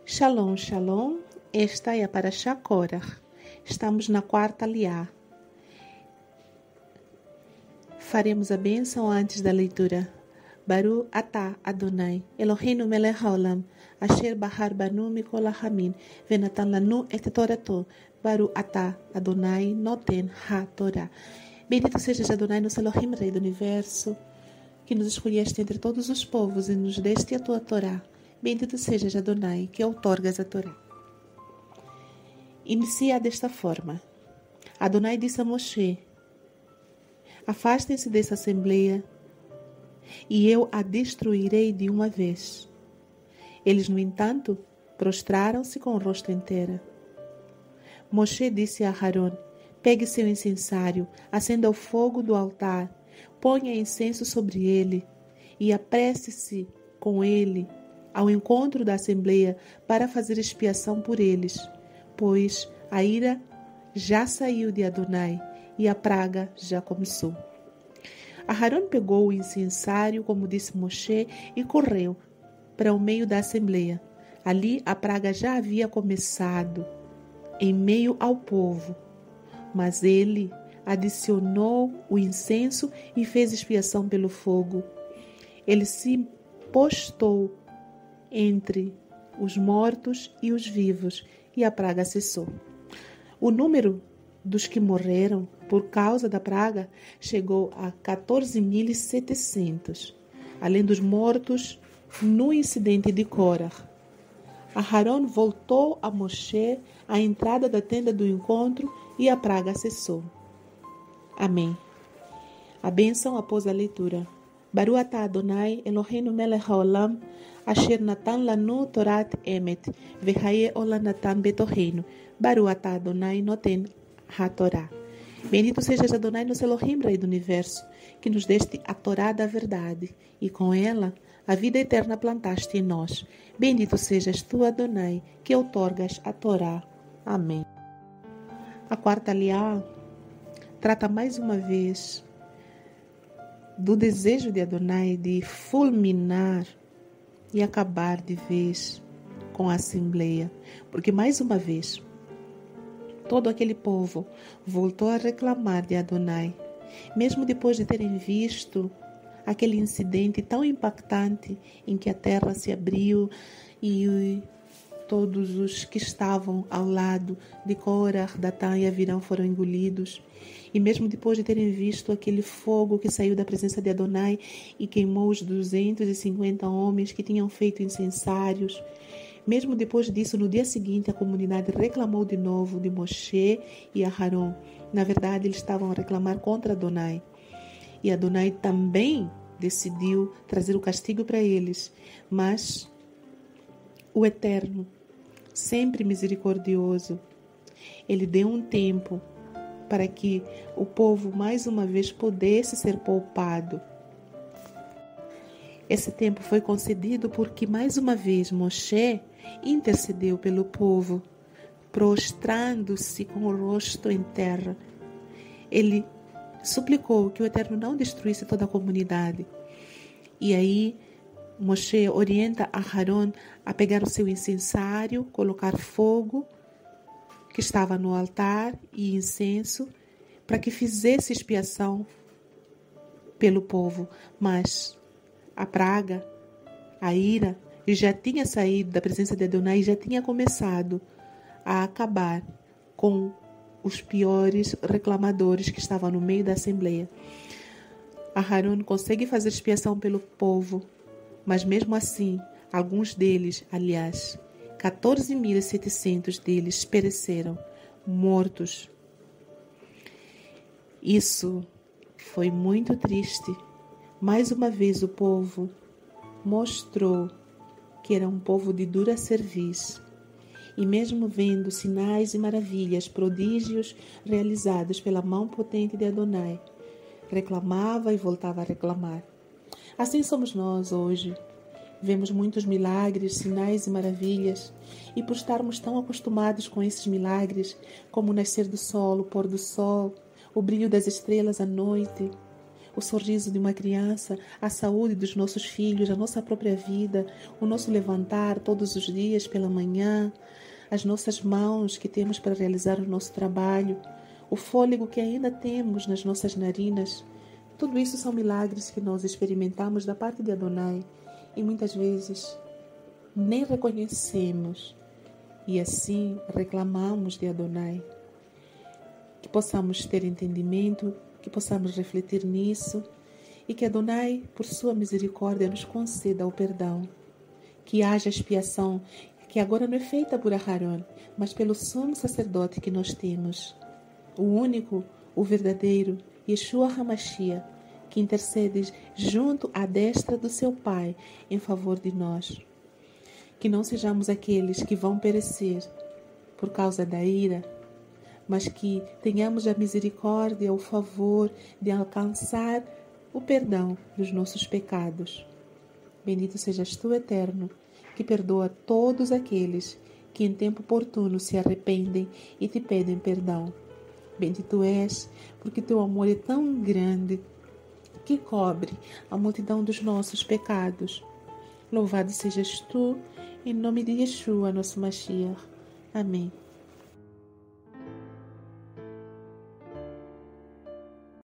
Shalom, shalom. Esta é a Parashá Korach. Estamos na quarta liá. Faremos a bênção antes da leitura. Baru atah Adonai, Eloheinu melech haolam, asher bahar banu mikol hamin, venatan lanu et torato. Baru atah Adonai noten ha-Torah. Bendito sejas Adonai, nosso Elohim, Rei do Universo, que nos escolheste entre todos os povos e nos deste a tua Torá. Bendito sejas Adonai, que outorgas a Torá. Inicia desta forma. Adonai disse a Moshe: afastem-se dessa assembleia e eu a destruirei de uma vez. Eles, no entanto, prostraram-se com o rosto em terra. Moshe disse a Aharon: pegue seu incensário, acenda o fogo do altar, ponha incenso sobre ele e apresse-se com ele ao encontro da assembleia para fazer expiação por eles, pois a ira já saiu de Adonai e a praga já começou. Aharon pegou o incensário, como disse Moshe, e correu para o meio da assembleia. Ali a praga já havia começado, em meio ao povo, mas ele adicionou o incenso e fez expiação pelo fogo. Ele se postou entre os mortos e os vivos, e a praga cessou. O número dos que morreram por causa da praga chegou a 14.700, além dos mortos no incidente de Korach. Aharon voltou a Moshe à entrada da tenda do encontro e a praga cessou. Amém. A bênção após a leitura. Baru atah Adonai, Eloheinu melech haolam, asher natan lanu torat emet, vehaye olam natan betoheinu. Baru atah Adonai noten ha-Torah. Bendito sejas Adonai, nosso Elohim, Rei do Universo, que nos deste a Torá da verdade, e com ela a vida eterna plantaste em nós. Bendito sejas tu, Adonai, que outorgas a Torá. Amém. A quarta liá trata mais uma vez do desejo de Adonai de fulminar e acabar de vez com a assembleia, porque mais uma vez todo aquele povo voltou a reclamar de Adonai, mesmo depois de terem visto aquele incidente tão impactante em que a terra se abriu e todos os que estavam ao lado de Korach, Datã e Avirão foram engolidos. E mesmo depois de terem visto aquele fogo que saiu da presença de Adonai e queimou os 250 homens que tinham feito incensários, mesmo depois disso, no dia seguinte, a comunidade reclamou de novo de Moshe e Aharon. Na verdade, eles estavam a reclamar contra Adonai. E Adonai também decidiu trazer o castigo para eles. Mas o Eterno, sempre misericordioso, ele deu um tempo para que o povo mais uma vez pudesse ser poupado. Esse tempo foi concedido porque mais uma vez Moshe intercedeu pelo povo, prostrando-se com o rosto em terra. Ele suplicou que o Eterno não destruísse toda a comunidade. E aí Moshe orienta Aharon a pegar o seu incensário, colocar fogo que estava no altar e incenso, para que fizesse expiação pelo povo. Mas a praga, a ira, já tinha saído da presença de Adonai e já tinha começado a acabar com os piores reclamadores que estavam no meio da assembleia. Aharon consegue fazer expiação pelo povo, mas mesmo assim, alguns deles, aliás, 14.700 deles pereceram, mortos. Isso foi muito triste. Mais uma vez o povo mostrou que era um povo de dura cerviz. E mesmo vendo sinais e maravilhas, prodígios realizados pela mão potente de Adonai, reclamava e voltava a reclamar. Assim somos nós hoje. Vemos muitos milagres, sinais e maravilhas, e por estarmos tão acostumados com esses milagres, como o nascer do sol, o pôr do sol, o brilho das estrelas à noite, o sorriso de uma criança, a saúde dos nossos filhos, a nossa própria vida, o nosso levantar todos os dias pela manhã, as nossas mãos que temos para realizar o nosso trabalho, o fôlego que ainda temos nas nossas narinas. Tudo isso são milagres que nós experimentamos da parte de Adonai e muitas vezes nem reconhecemos e assim reclamamos de Adonai. Que possamos ter entendimento, que possamos refletir nisso e que Adonai, por sua misericórdia, nos conceda o perdão. Que haja expiação, que agora não é feita por Aharon, mas pelo sumo sacerdote que nós temos, o único, o verdadeiro, Yeshua HaMashiach, que intercede junto à destra do seu Pai em favor de nós. Que não sejamos aqueles que vão perecer por causa da ira, mas que tenhamos a misericórdia, o favor de alcançar o perdão dos nossos pecados. Bendito sejas tu, Eterno, que perdoa todos aqueles que em tempo oportuno se arrependem e te pedem perdão. Bendito és, porque teu amor é tão grande que cobre a multidão dos nossos pecados. Louvado sejas tu, em nome de Yeshua, nosso Mashiach. Amém.